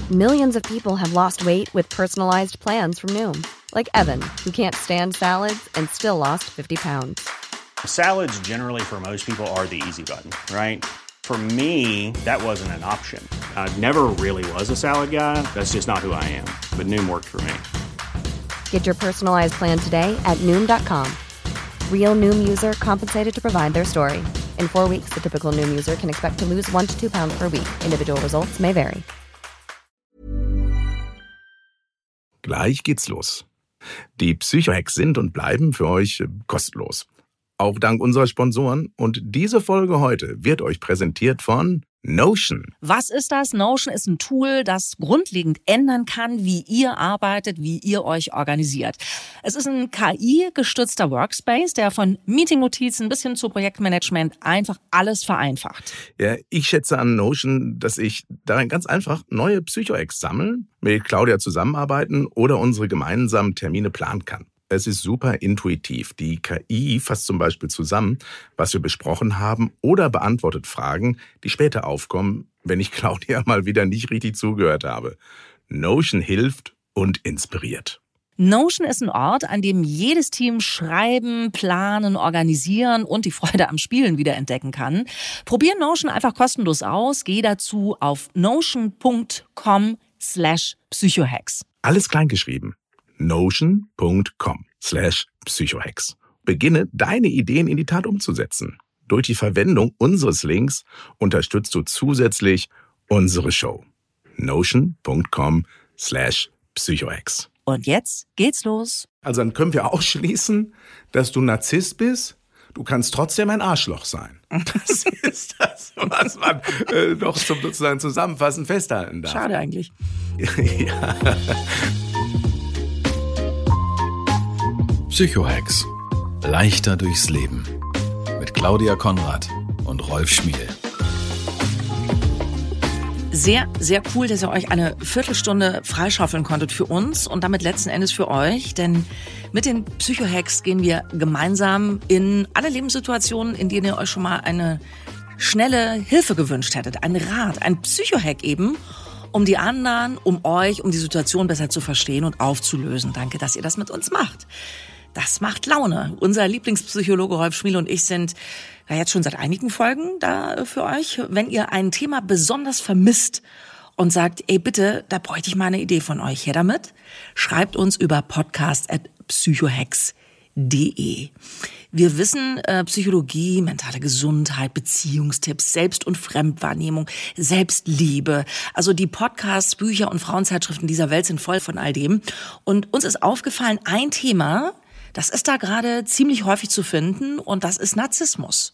Millions of people have lost weight with personalized plans from Noom. Like Evan, who can't stand salads and still lost 50 pounds. Salads generally for most people are the easy button, right? For me, that wasn't an option. I never really was a salad guy. That's just not who I am. But Noom worked for me. Get your personalized plan today at Noom.com. Real Noom user compensated to provide their story. In 4 weeks, the typical Noom user can expect to lose 1 to 2 pounds per week. Individual results may vary. Gleich geht's los. Die Psycho-Hacks sind und bleiben für euch kostenlos. Auch dank unserer Sponsoren. Und diese Folge heute wird euch präsentiert von Notion. Was ist das? Notion ist ein Tool, das grundlegend ändern kann, wie ihr arbeitet, wie ihr euch organisiert. Es ist ein KI-gestützter Workspace, der von Meeting-Notizen bis hin zu Projektmanagement einfach alles vereinfacht. Ja, ich schätze an Notion, dass ich darin ganz einfach neue Psycho-Hacks sammeln, mit Claudia zusammenarbeiten oder unsere gemeinsamen Termine planen kann. Es ist super intuitiv. Die KI fasst zum Beispiel zusammen, was wir besprochen haben oder beantwortet Fragen, die später aufkommen, wenn ich Claudia mal wieder nicht richtig zugehört habe. Notion hilft und inspiriert. Notion ist ein Ort, an dem jedes Team schreiben, planen, organisieren und die Freude am Spielen wiederentdecken kann. Probier Notion einfach kostenlos aus. Geh dazu auf notion.com/psychohacks. Alles kleingeschrieben. notion.com/psychohacks. Beginne, deine Ideen in die Tat umzusetzen. Durch die Verwendung unseres Links unterstützt du zusätzlich unsere Show. notion.com/psychohacks. Und jetzt geht's los. Also dann können wir ausschließen, dass du Narzisst bist. Du kannst trotzdem ein Arschloch sein. Das ist das, was man doch sozusagen zusammenfassend festhalten darf. Schade eigentlich. Ja. Psycho-Hacks. Leichter durchs Leben. Mit Claudia Konrad und Rolf Schmiel. Sehr, sehr cool, dass ihr euch eine Viertelstunde freischaufeln konntet für uns und damit letzten Endes für euch. Denn mit den Psycho-Hacks gehen wir gemeinsam in alle Lebenssituationen, in denen ihr euch schon mal eine schnelle Hilfe gewünscht hättet. Ein Rat, ein Psycho-Hack eben, um die anderen, um euch, um die Situation besser zu verstehen und aufzulösen. Danke, dass ihr das mit uns macht. Das macht Laune. Unser Lieblingspsychologe Rolf Schmiel und ich sind jetzt schon seit einigen Folgen da für euch. Wenn ihr ein Thema besonders vermisst und sagt, ey bitte, da bräuchte ich mal eine Idee von euch, her damit, schreibt uns über podcast@psychohacks.de. Wir wissen, Psychologie, mentale Gesundheit, Beziehungstipps, Selbst- und Fremdwahrnehmung, Selbstliebe. Also die Podcasts, Bücher und Frauenzeitschriften dieser Welt sind voll von all dem. Und uns ist aufgefallen, ein Thema, das ist da gerade ziemlich häufig zu finden, und das ist Narzissmus.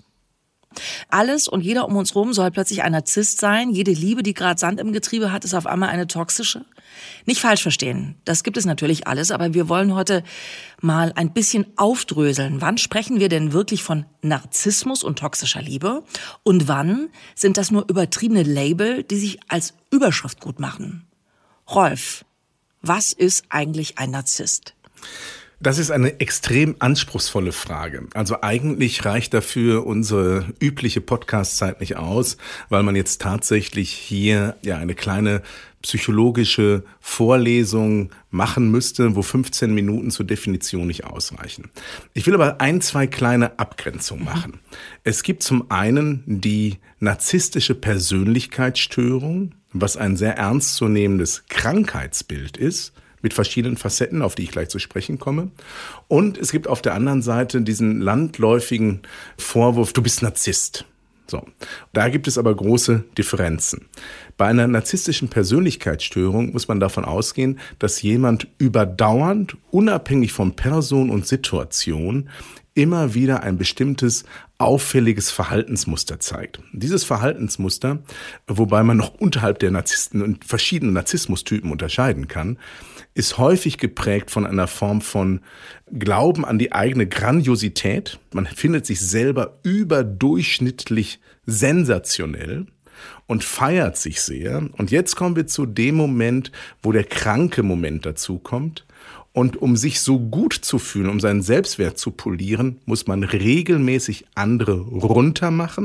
Alles und jeder um uns rum soll plötzlich ein Narzisst sein. Jede Liebe, die gerade Sand im Getriebe hat, ist auf einmal eine toxische. Nicht falsch verstehen, das gibt es natürlich alles, aber wir wollen heute mal ein bisschen aufdröseln. Wann sprechen wir denn wirklich von Narzissmus und toxischer Liebe? Und wann sind das nur übertriebene Label, die sich als Überschrift gut machen? Rolf, was ist eigentlich ein Narzisst? Das ist eine extrem anspruchsvolle Frage. Also eigentlich reicht dafür unsere übliche Podcast-Zeit nicht aus, weil man jetzt tatsächlich hier eine kleine psychologische Vorlesung machen müsste, wo 15 Minuten zur Definition nicht ausreichen. Ich will aber 2 kleine Abgrenzungen machen. Es gibt zum einen die narzisstische Persönlichkeitsstörung, was ein sehr ernstzunehmendes Krankheitsbild ist, mit verschiedenen Facetten, auf die ich gleich zu sprechen komme. Und es gibt auf der anderen Seite diesen landläufigen Vorwurf, du bist Narzisst. So, da gibt es aber große Differenzen. Bei einer narzisstischen Persönlichkeitsstörung muss man davon ausgehen, dass jemand überdauernd, unabhängig von Person und Situation, immer wieder ein bestimmtes auffälliges Verhaltensmuster zeigt. Dieses Verhaltensmuster, wobei man noch unterhalb der Narzissten und verschiedene Narzissmustypen unterscheiden kann, ist häufig geprägt von einer Form von Glauben an die eigene Grandiosität. Man findet sich selber überdurchschnittlich sensationell und feiert sich sehr. Und jetzt kommen wir zu dem Moment, wo der kranke Moment dazu kommt. Und um sich so gut zu fühlen, um seinen Selbstwert zu polieren, muss man regelmäßig andere runtermachen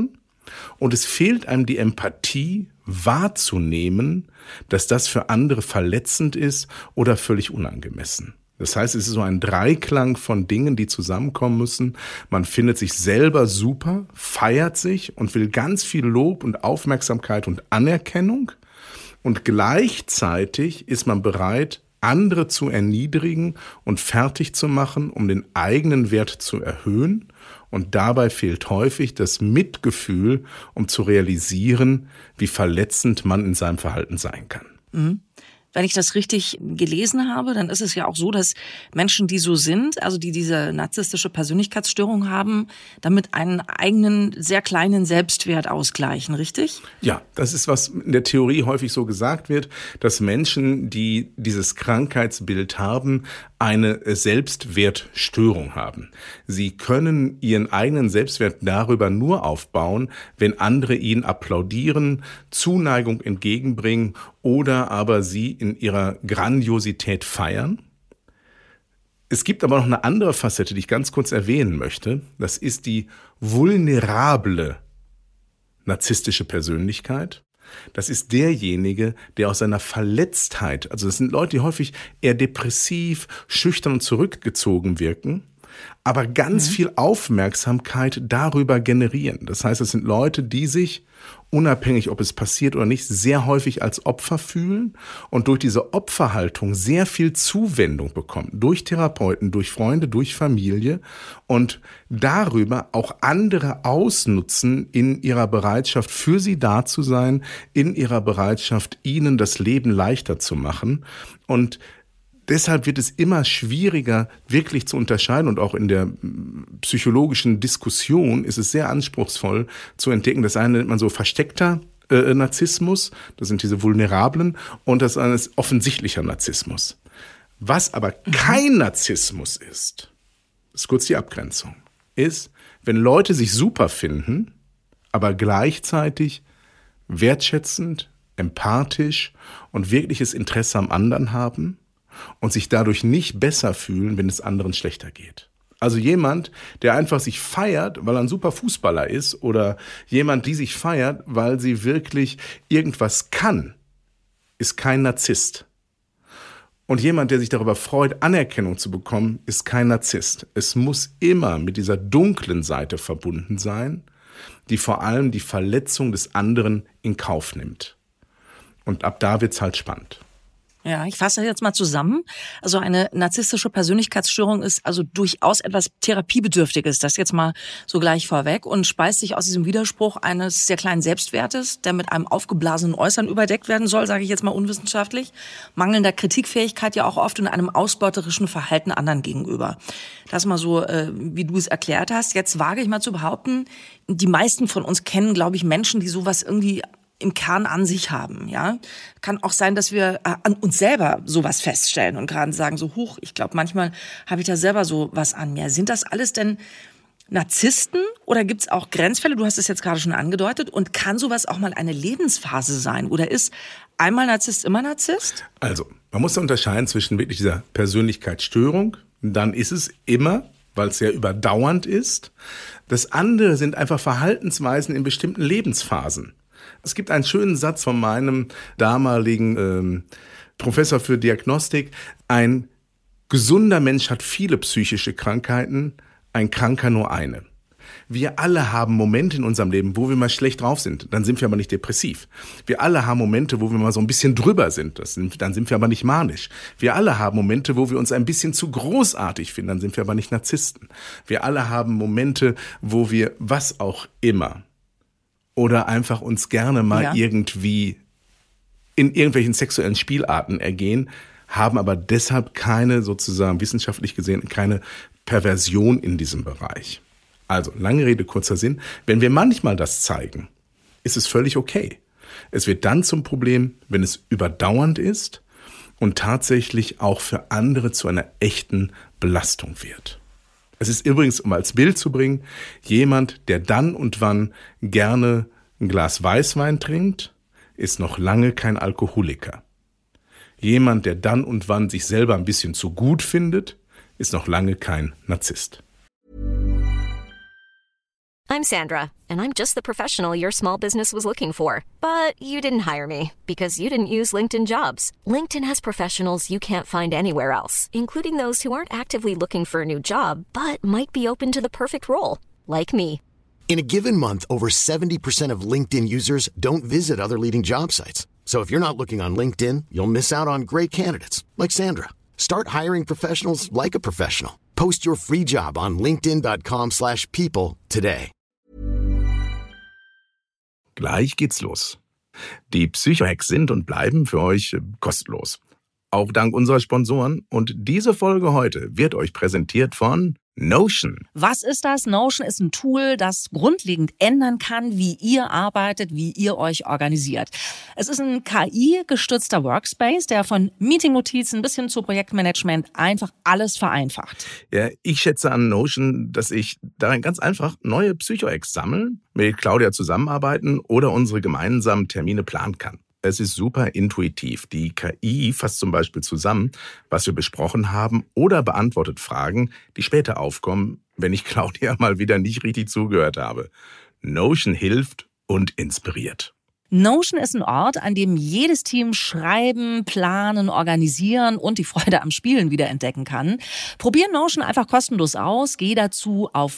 Und es fehlt einem die Empathie, wahrzunehmen, dass das für andere verletzend ist oder völlig unangemessen. Das heißt, es ist so ein Dreiklang von Dingen, die zusammenkommen müssen. Man findet sich selber super, feiert sich und will ganz viel Lob und Aufmerksamkeit und Anerkennung. Und gleichzeitig ist man bereit, andere zu erniedrigen und fertig zu machen, um den eigenen Wert zu erhöhen. Und dabei fehlt häufig das Mitgefühl, um zu realisieren, wie verletzend man in seinem Verhalten sein kann. Mhm. Wenn ich das richtig gelesen habe, dann ist es ja auch so, dass Menschen, die so sind, also die diese narzisstische Persönlichkeitsstörung haben, damit einen eigenen, sehr kleinen Selbstwert ausgleichen, richtig? Ja, das ist, was in der Theorie häufig so gesagt wird, dass Menschen, die dieses Krankheitsbild haben, eine Selbstwertstörung haben. Sie können ihren eigenen Selbstwert darüber nur aufbauen, wenn andere ihnen applaudieren, Zuneigung entgegenbringen oder aber sie in ihrer Grandiosität feiern. Es gibt aber noch eine andere Facette, die ich ganz kurz erwähnen möchte. Das ist die vulnerable narzisstische Persönlichkeit. Das ist derjenige, der aus seiner Verletztheit, also das sind Leute, die häufig eher depressiv, schüchtern und zurückgezogen wirken, aber ganz viel Aufmerksamkeit darüber generieren. Das heißt, es sind Leute, die sich, unabhängig ob es passiert oder nicht, sehr häufig als Opfer fühlen und durch diese Opferhaltung sehr viel Zuwendung bekommen. Durch Therapeuten, durch Freunde, durch Familie und darüber auch andere ausnutzen in ihrer Bereitschaft, für sie da zu sein, in ihrer Bereitschaft, ihnen das Leben leichter zu machen. Und deshalb wird es immer schwieriger, wirklich zu unterscheiden und auch in der psychologischen Diskussion ist es sehr anspruchsvoll zu entdecken. Das eine nennt man so versteckter Narzissmus, das sind diese Vulnerablen, und das eine ist offensichtlicher Narzissmus. Was aber kein Narzissmus ist kurz die Abgrenzung, ist, wenn Leute sich super finden, aber gleichzeitig wertschätzend, empathisch und wirkliches Interesse am anderen haben, und sich dadurch nicht besser fühlen, wenn es anderen schlechter geht. Also jemand, der einfach sich feiert, weil er ein super Fußballer ist, oder jemand, die sich feiert, weil sie wirklich irgendwas kann, ist kein Narzisst. Und jemand, der sich darüber freut, Anerkennung zu bekommen, ist kein Narzisst. Es muss immer mit dieser dunklen Seite verbunden sein, die vor allem die Verletzung des anderen in Kauf nimmt. Und ab da wird's halt spannend. Ja, ich fasse das jetzt mal zusammen. Also eine narzisstische Persönlichkeitsstörung ist also durchaus etwas Therapiebedürftiges, das jetzt mal so gleich vorweg, und speist sich aus diesem Widerspruch eines sehr kleinen Selbstwertes, der mit einem aufgeblasenen Äußern überdeckt werden soll, sage ich jetzt mal unwissenschaftlich, mangelnder Kritikfähigkeit ja auch oft und einem ausbeuterischen Verhalten anderen gegenüber. Das mal so, wie du es erklärt hast. Jetzt wage ich mal zu behaupten, die meisten von uns kennen, glaube ich, Menschen, die sowas irgendwie im Kern an sich haben, ja. Kann auch sein, dass wir an uns selber sowas feststellen und gerade sagen so, huch, ich glaube, manchmal habe ich da selber so was an mir. Sind das alles denn Narzissten oder gibt's auch Grenzfälle? Du hast es jetzt gerade schon angedeutet. Und kann sowas auch mal eine Lebensphase sein? Oder ist einmal Narzisst immer Narzisst? Also, man muss da unterscheiden zwischen wirklich dieser Persönlichkeitsstörung, dann ist es immer, weil es ja überdauernd ist. Das andere sind einfach Verhaltensweisen in bestimmten Lebensphasen. Es gibt einen schönen Satz von meinem damaligen Professor für Diagnostik. Ein gesunder Mensch hat viele psychische Krankheiten, ein Kranker nur eine. Wir alle haben Momente in unserem Leben, wo wir mal schlecht drauf sind. Dann sind wir aber nicht depressiv. Wir alle haben Momente, wo wir mal so ein bisschen drüber sind. Dann sind wir aber nicht manisch. Wir alle haben Momente, wo wir uns ein bisschen zu großartig finden. Dann sind wir aber nicht Narzissten. Wir alle haben Momente, wo wir was auch immer oder einfach uns gerne mal irgendwie in irgendwelchen sexuellen Spielarten ergehen, haben aber deshalb keine, sozusagen wissenschaftlich gesehen, keine Perversion in diesem Bereich. Also, lange Rede, kurzer Sinn. Wenn wir manchmal das zeigen, ist es völlig okay. Es wird dann zum Problem, wenn es überdauernd ist und tatsächlich auch für andere zu einer echten Belastung wird. Es ist übrigens, um als Bild zu bringen, jemand, der dann und wann gerne ein Glas Weißwein trinkt, ist noch lange kein Alkoholiker. Jemand, der dann und wann sich selber ein bisschen zu gut findet, ist noch lange kein Narzisst. I'm Sandra, and I'm just the professional your small business was looking for. But you didn't hire me because you didn't use LinkedIn Jobs. LinkedIn has professionals you can't find anywhere else, including those who aren't actively looking for a new job, but might be open to the perfect role, like me. In a given month, over 70% of LinkedIn users don't visit other leading job sites. So if you're not looking on LinkedIn, you'll miss out on great candidates like Sandra. Start hiring professionals like a professional. Post your free job on linkedin.com/people today. Gleich geht's los. Die Psycho-Hacks sind und bleiben für euch kostenlos. Auch dank unserer Sponsoren. Und diese Folge heute wird euch präsentiert von Notion. Was ist das? Notion ist ein Tool, das grundlegend ändern kann, wie ihr arbeitet, wie ihr euch organisiert. Es ist ein KI-gestützter Workspace, der von Meeting-Notizen bis hin zu Projektmanagement einfach alles vereinfacht. Ja, ich schätze an Notion, dass ich darin ganz einfach neue Psycho-Hacks sammeln, mit Claudia zusammenarbeiten oder unsere gemeinsamen Termine planen kann. Es ist super intuitiv. Die KI fasst zum Beispiel zusammen, was wir besprochen haben oder beantwortet Fragen, die später aufkommen, wenn ich Claudia mal wieder nicht richtig zugehört habe. Notion hilft und inspiriert. Notion ist ein Ort, an dem jedes Team schreiben, planen, organisieren und die Freude am Spielen wiederentdecken kann. Probier Notion einfach kostenlos aus. Geh dazu auf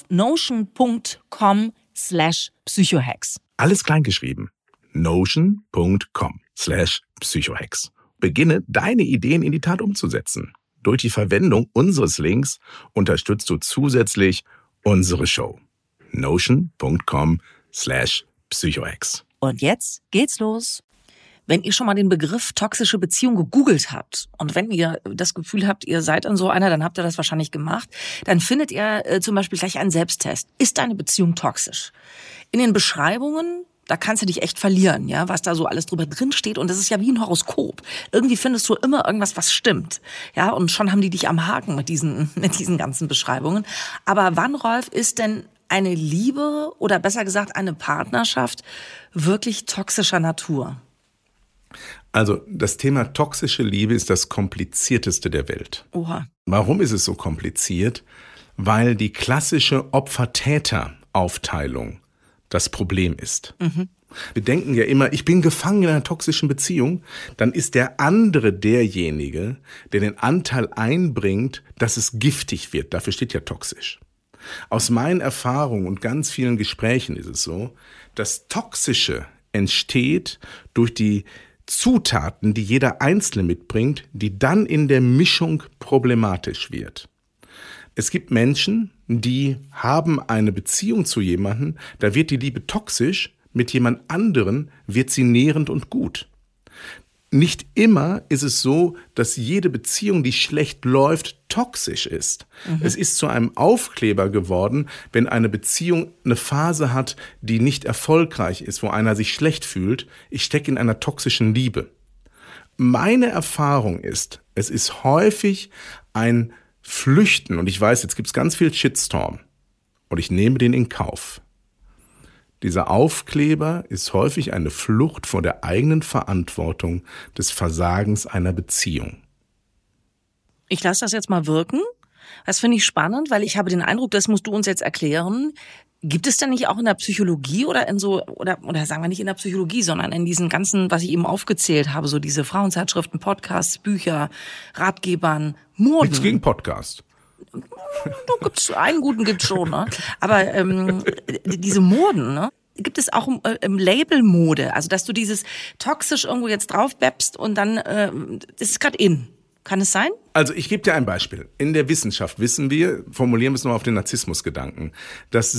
notion.com/psychohacks. Alles kleingeschrieben. notion.com/psychohacks. Beginne, deine Ideen in die Tat umzusetzen. Durch die Verwendung unseres Links unterstützt du zusätzlich unsere Show. notion.com/psychohacks. Und jetzt geht's los. Wenn ihr schon mal den Begriff toxische Beziehung gegoogelt habt und wenn ihr das Gefühl habt, ihr seid in so einer, dann habt ihr das wahrscheinlich gemacht, dann findet ihr zum Beispiel gleich einen Selbsttest. Ist deine Beziehung toxisch? In den Beschreibungen, da kannst du dich echt verlieren, ja, was da so alles drüber drin steht. Und das ist ja wie ein Horoskop. Irgendwie findest du immer irgendwas, was stimmt. Ja, und schon haben die dich am Haken mit diesen ganzen Beschreibungen. Aber wann, Rolf, ist denn eine Liebe oder besser gesagt eine Partnerschaft wirklich toxischer Natur? Also, das Thema toxische Liebe ist das komplizierteste der Welt. Oha. Warum ist es so kompliziert? Weil die klassische Opfer-Täter-Aufteilung das Problem ist. Wir denken ja immer, ich bin gefangen in einer toxischen Beziehung, dann ist der andere derjenige, der den Anteil einbringt, dass es giftig wird. Dafür steht ja toxisch. Aus meinen Erfahrungen und ganz vielen Gesprächen ist es so, dass Toxische entsteht durch die Zutaten, die jeder Einzelne mitbringt, die dann in der Mischung problematisch wird. Es gibt Menschen, die haben eine Beziehung zu jemandem, da wird die Liebe toxisch, mit jemand anderen wird sie nährend und gut. Nicht immer ist es so, dass jede Beziehung, die schlecht läuft, toxisch ist. Es ist zu einem Aufkleber geworden, wenn eine Beziehung eine Phase hat, die nicht erfolgreich ist, wo einer sich schlecht fühlt. Ich stecke in einer toxischen Liebe. Meine Erfahrung ist, es ist häufig ein Flüchten, und ich weiß, jetzt gibt es ganz viel Shitstorm, und ich nehme den in Kauf. Dieser Aufkleber ist häufig eine Flucht vor der eigenen Verantwortung des Versagens einer Beziehung. Ich lasse das jetzt mal wirken. Das finde ich spannend, weil ich habe den Eindruck, das musst du uns jetzt erklären. Gibt es denn nicht auch in der Psychologie oder in so, oder sagen wir nicht in der Psychologie, sondern in diesen ganzen, was ich eben aufgezählt habe, so diese Frauenzeitschriften, Podcasts, Bücher, Ratgebern, Moden? Nichts gegen Podcast. Einen guten gibt's schon, ne? Aber diese Moden, ne? Gibt es auch im Label Mode, also dass du dieses toxisch irgendwo jetzt draufbäppst und dann das ist gerade in. Kann es sein? Also ich gebe dir ein Beispiel. In der Wissenschaft wissen wir, formulieren wir es nur auf den Narzissmusgedanken, dass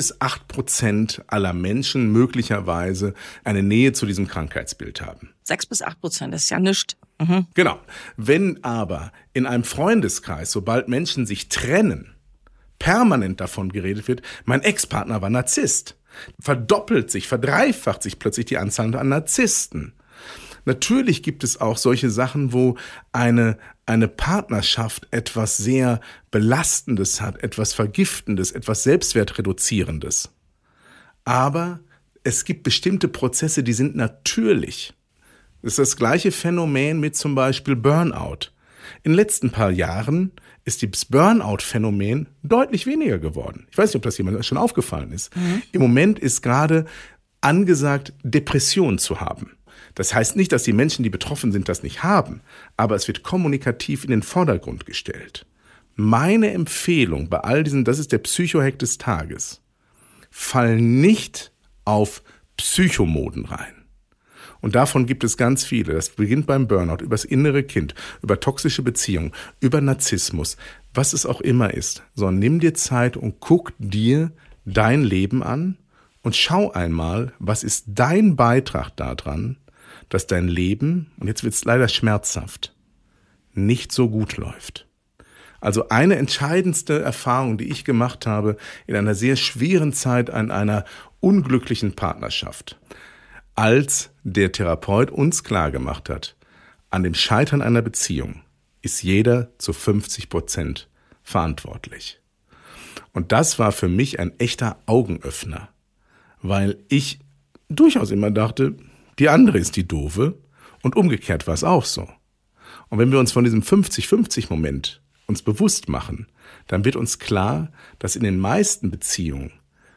6-8% aller Menschen möglicherweise eine Nähe zu diesem Krankheitsbild haben. 6-8%, das ist ja nichts. Genau. Wenn aber in einem Freundeskreis, sobald Menschen sich trennen, permanent davon geredet wird, mein Ex-Partner war Narzisst, verdoppelt sich, verdreifacht sich plötzlich die Anzahl an Narzissten. Natürlich gibt es auch solche Sachen, wo eine Partnerschaft etwas sehr Belastendes hat, etwas Vergiftendes, etwas Selbstwertreduzierendes. Aber es gibt bestimmte Prozesse, die sind natürlich. Das ist das gleiche Phänomen mit zum Beispiel Burnout. In den letzten paar Jahren ist das Burnout-Phänomen deutlich weniger geworden. Ich weiß nicht, ob das jemandem schon aufgefallen ist. Im Moment ist gerade angesagt, Depression zu haben. Das heißt nicht, dass die Menschen, die betroffen sind, das nicht haben, aber es wird kommunikativ in den Vordergrund gestellt. Meine Empfehlung bei all diesen, das ist der Psycho-Hack des Tages, fall nicht auf Psychomoden rein. Und davon gibt es ganz viele. Das beginnt beim Burnout, über das innere Kind, über toxische Beziehungen, über Narzissmus, was es auch immer ist. Sondern nimm dir Zeit und guck dir dein Leben an und schau einmal, was ist dein Beitrag daran, dass dein Leben, und jetzt wird es leider schmerzhaft, nicht so gut läuft. Also eine entscheidendste Erfahrung, die ich gemacht habe in einer sehr schweren Zeit an einer unglücklichen Partnerschaft, als der Therapeut uns klargemacht hat, an dem Scheitern einer Beziehung ist jeder zu 50% verantwortlich. Und das war für mich ein echter Augenöffner, weil ich durchaus immer dachte, die andere ist die Doofe und umgekehrt war es auch so. Und wenn wir uns von diesem 50-50-Moment uns bewusst machen, dann wird uns klar, dass in den meisten Beziehungen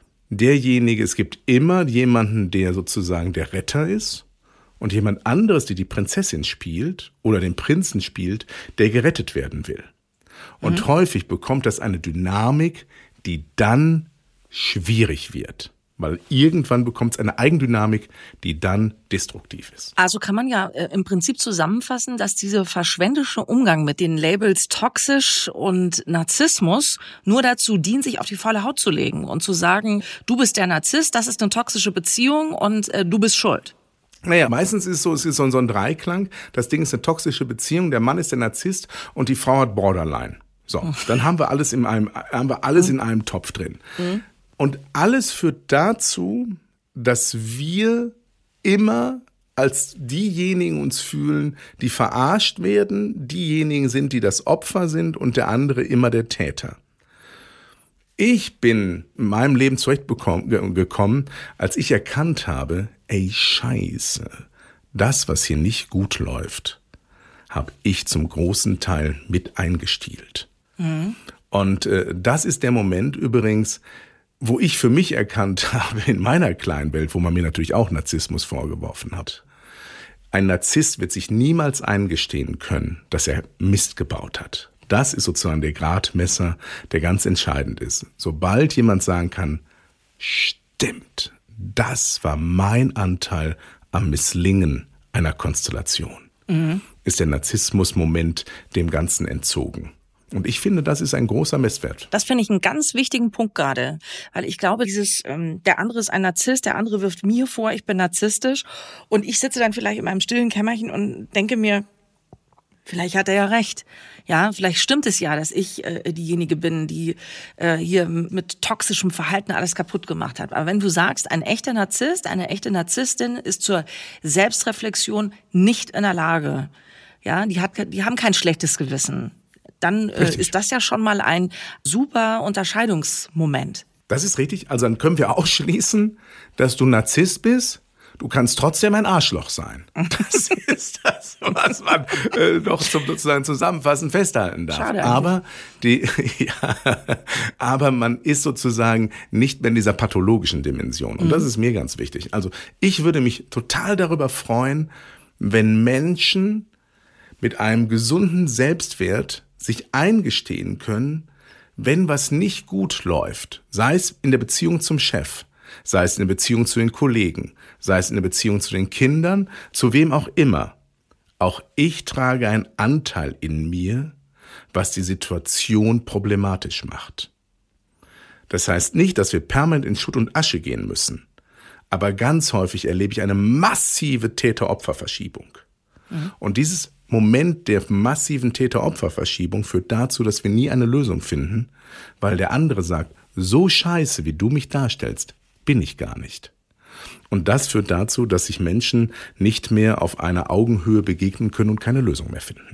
es gibt immer jemanden, der sozusagen der Retter ist und jemand anderes, der die Prinzessin spielt oder den Prinzen spielt, der gerettet werden will. Und häufig bekommt das eine Dynamik, die dann schwierig wird. Weil irgendwann bekommt es eine Eigendynamik, die dann destruktiv ist. Also kann man ja im Prinzip zusammenfassen, dass dieser verschwendische Umgang mit den Labels toxisch und Narzissmus nur dazu dient, sich auf die faule Haut zu legen und zu sagen, du bist der Narzisst, das ist eine toxische Beziehung und du bist schuld. Naja, meistens ist es so ein Dreiklang. Das Ding ist eine toxische Beziehung, der Mann ist der Narzisst und die Frau hat Borderline. So, dann haben wir alles in einem Topf drin. Und alles führt dazu, dass wir immer als diejenigen uns fühlen, die verarscht werden, diejenigen sind, die das Opfer sind und der andere immer der Täter. Ich bin in meinem Leben zurechtgekommen, als ich erkannt habe, ey Scheiße, das, was hier nicht gut läuft, habe ich zum großen Teil mit eingestiehlt. Und das ist der Moment übrigens, wo ich für mich erkannt habe, in meiner kleinen Welt, wo man mir natürlich auch Narzissmus vorgeworfen hat. Ein Narzisst wird sich niemals eingestehen können, dass er Mist gebaut hat. Das ist sozusagen der Gradmesser, der ganz entscheidend ist. Sobald jemand sagen kann, stimmt, das war mein Anteil am Misslingen einer Konstellation, ist der Narzissmus-Moment dem Ganzen entzogen. Und ich finde, das ist ein großer Messwert. Das finde ich einen ganz wichtigen Punkt gerade, weil ich glaube, der andere ist ein Narzisst, der andere wirft mir vor, ich bin narzisstisch und ich sitze dann vielleicht in meinem stillen Kämmerchen und denke mir, vielleicht hat er ja recht. Ja, vielleicht stimmt es ja, dass ich diejenige bin, die hier mit toxischem Verhalten alles kaputt gemacht hat. Aber wenn du sagst, ein echter Narzisst, eine echte Narzisstin ist zur Selbstreflexion nicht in der Lage, ja, die haben kein schlechtes Gewissen. Dann ist das ja schon mal ein super Unterscheidungsmoment. Das ist richtig. Also dann können wir ausschließen, dass du Narzisst bist. Du kannst trotzdem ein Arschloch sein. Das ist das, was man doch sozusagen zusammenfassend festhalten darf. Schade aber man ist sozusagen nicht mehr in dieser pathologischen Dimension. Und das ist mir ganz wichtig. Also ich würde mich total darüber freuen, wenn Menschen mit einem gesunden Selbstwert sich eingestehen können, wenn was nicht gut läuft, sei es in der Beziehung zum Chef, sei es in der Beziehung zu den Kollegen, sei es in der Beziehung zu den Kindern, zu wem auch immer. Auch ich trage einen Anteil in mir, was die Situation problematisch macht. Das heißt nicht, dass wir permanent in Schutt und Asche gehen müssen, aber ganz häufig erlebe ich eine massive Täter-Opfer-Verschiebung. Und dieses Moment der massiven Täter-Opfer-Verschiebung führt dazu, dass wir nie eine Lösung finden, weil der andere sagt, so scheiße, wie du mich darstellst, bin ich gar nicht. Und das führt dazu, dass sich Menschen nicht mehr auf einer Augenhöhe begegnen können und keine Lösung mehr finden.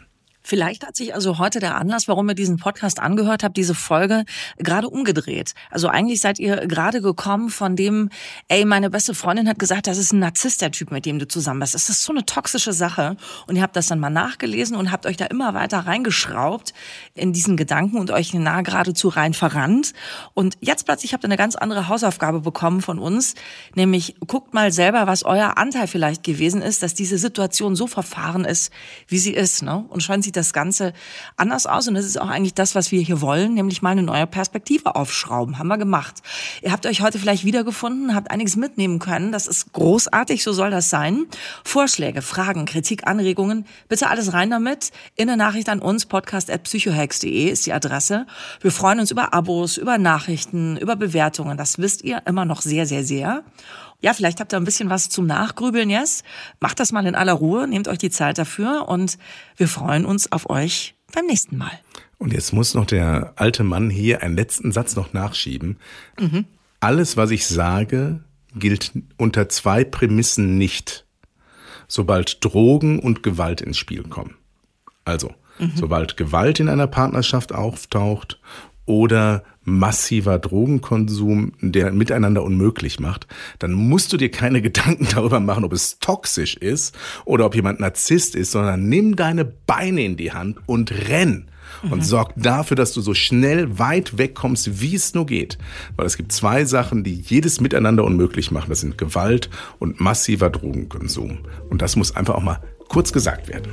Vielleicht hat sich also heute der Anlass, warum ihr diesen Podcast angehört habt, diese Folge, gerade umgedreht. Also eigentlich seid ihr gerade gekommen von dem, meine beste Freundin hat gesagt, das ist ein Narzisst, der Typ, mit dem du zusammen bist. Das ist so eine toxische Sache. Und ihr habt das dann mal nachgelesen und habt euch da immer weiter reingeschraubt in diesen Gedanken und euch geradezu rein verrannt. Und jetzt plötzlich habt ihr eine ganz andere Hausaufgabe bekommen von uns, nämlich guckt mal selber, was euer Anteil vielleicht gewesen ist, dass diese Situation so verfahren ist, wie sie ist, ne? Und schon sieht das Ganze anders aus und das ist auch eigentlich das, was wir hier wollen, nämlich mal eine neue Perspektive aufschrauben. Haben wir gemacht. Ihr habt euch heute vielleicht wiedergefunden, habt einiges mitnehmen können. Das ist großartig, so soll das sein. Vorschläge, Fragen, Kritik, Anregungen, bitte alles rein damit. In der Nachricht an uns, podcast@psychohex.de ist die Adresse. Wir freuen uns über Abos, über Nachrichten, über Bewertungen. Das wisst ihr immer noch sehr, sehr, sehr. Ja, vielleicht habt ihr ein bisschen was zum Nachgrübeln jetzt. Macht das mal in aller Ruhe, nehmt euch die Zeit dafür und wir freuen uns auf euch beim nächsten Mal. Und jetzt muss noch der alte Mann hier einen letzten Satz noch nachschieben. Alles, was ich sage, gilt unter 2 Prämissen nicht, sobald Drogen und Gewalt ins Spiel kommen. Also, sobald Gewalt in einer Partnerschaft auftaucht oder massiver Drogenkonsum, der miteinander unmöglich macht, dann musst du dir keine Gedanken darüber machen, ob es toxisch ist oder ob jemand Narzisst ist, sondern nimm deine Beine in die Hand und renn. Und sorg dafür, dass du so schnell weit wegkommst, wie es nur geht. Weil es gibt 2 Sachen, die jedes Miteinander unmöglich machen. Das sind Gewalt und massiver Drogenkonsum. Und das muss einfach auch mal kurz gesagt werden.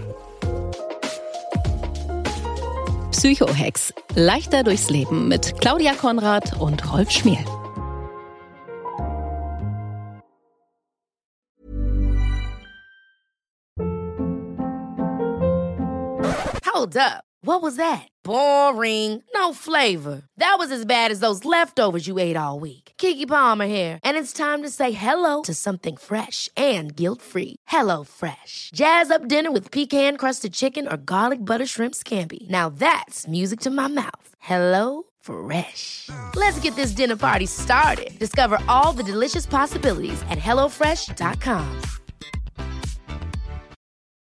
Psychohex. Leichter durchs Leben mit Claudia Konrad und Rolf Schmiel. Hold up. What was that? Boring. No flavor. That was as bad as those leftovers you ate all week. Keke Palmer here. And it's time to say hello to something fresh and guilt-free. Hello Fresh. Jazz up dinner with pecan-crusted chicken or garlic butter shrimp scampi. Now that's music to my mouth. Hello Fresh. Let's get this dinner party started. Discover all the delicious possibilities at HelloFresh.com.